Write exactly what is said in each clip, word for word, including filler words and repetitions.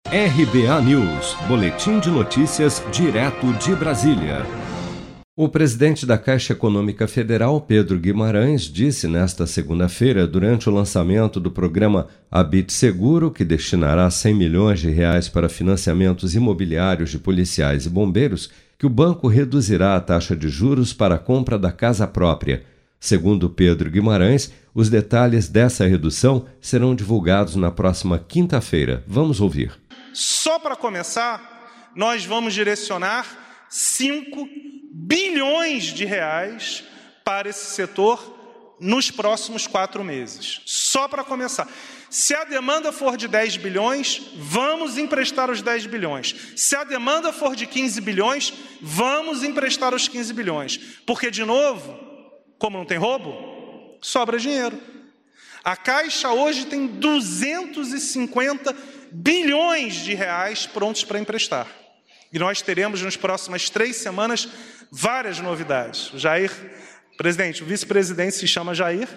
R B A News, boletim de notícias direto de Brasília. O presidente da Caixa Econômica Federal, Pedro Guimarães, disse nesta segunda-feira, durante o lançamento do programa Habite Seguro, que destinará cem milhões de reais para financiamentos imobiliários de policiais e bombeiros, que o banco reduzirá a taxa de juros para a compra da casa própria. Segundo Pedro Guimarães, os detalhes dessa redução serão divulgados na próxima quinta-feira. Vamos ouvir. Só para começar, nós vamos direcionar cinco bilhões de reais para esse setor nos próximos quatro meses. Só para começar. Se a demanda for de dez bilhões, vamos emprestar os dez bilhões. Se a demanda for de quinze bilhões, vamos emprestar os quinze bilhões. Porque, de novo, como não tem roubo, sobra dinheiro. A Caixa hoje tem duzentos e cinquenta bilhões de reais prontos para emprestar. E nós teremos, nas próximas três semanas, várias novidades. O Jair, presidente, o vice-presidente se chama Jair.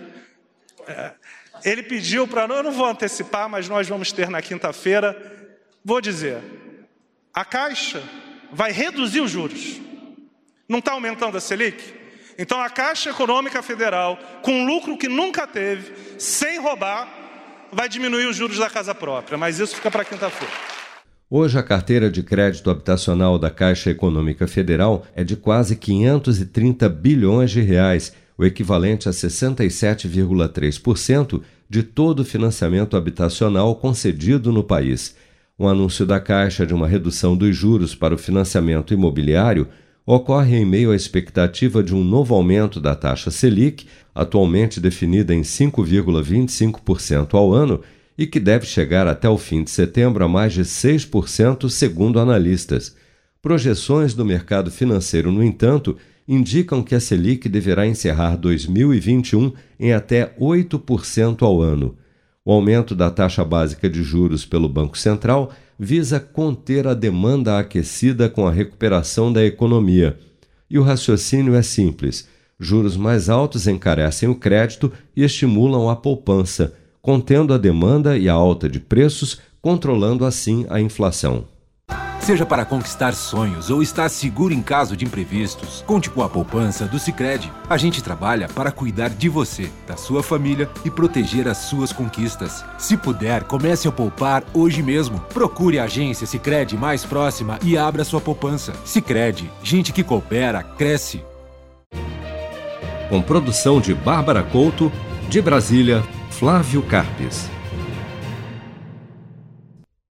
Ele pediu para... Eu não vou antecipar, mas nós vamos ter na quinta-feira. Vou dizer, a Caixa vai reduzir os juros. Não está aumentando a Selic? Então, a Caixa Econômica Federal, com um lucro que nunca teve, sem roubar, vai diminuir os juros da casa própria. Mas isso fica para quinta-feira. Hoje, a carteira de crédito habitacional da Caixa Econômica Federal é de quase quinhentos e trinta bilhões de reais, o equivalente a sessenta e sete vírgula três por cento de todo o financiamento habitacional concedido no país. O anúncio da Caixa de uma redução dos juros para o financiamento imobiliário ocorre em meio à expectativa de um novo aumento da taxa Selic, atualmente definida em cinco vírgula vinte e cinco por cento ao ano, e que deve chegar até o fim de setembro a mais de seis por cento, segundo analistas. Projeções do mercado financeiro, no entanto, indicam que a Selic deverá encerrar dois mil e vinte e um em até oito por cento ao ano. O aumento da taxa básica de juros pelo Banco Central visa conter a demanda aquecida com a recuperação da economia. E o raciocínio é simples: juros mais altos encarecem o crédito e estimulam a poupança, contendo a demanda e a alta de preços, controlando assim a inflação. Seja para conquistar sonhos ou estar seguro em caso de imprevistos, conte com a poupança do Sicredi. A gente trabalha para cuidar de você, da sua família e proteger as suas conquistas. Se puder, comece a poupar hoje mesmo. Procure a agência Sicredi mais próxima e abra sua poupança. Sicredi, gente que coopera, cresce. Com produção de Bárbara Couto, de Brasília, Flávio Carpes.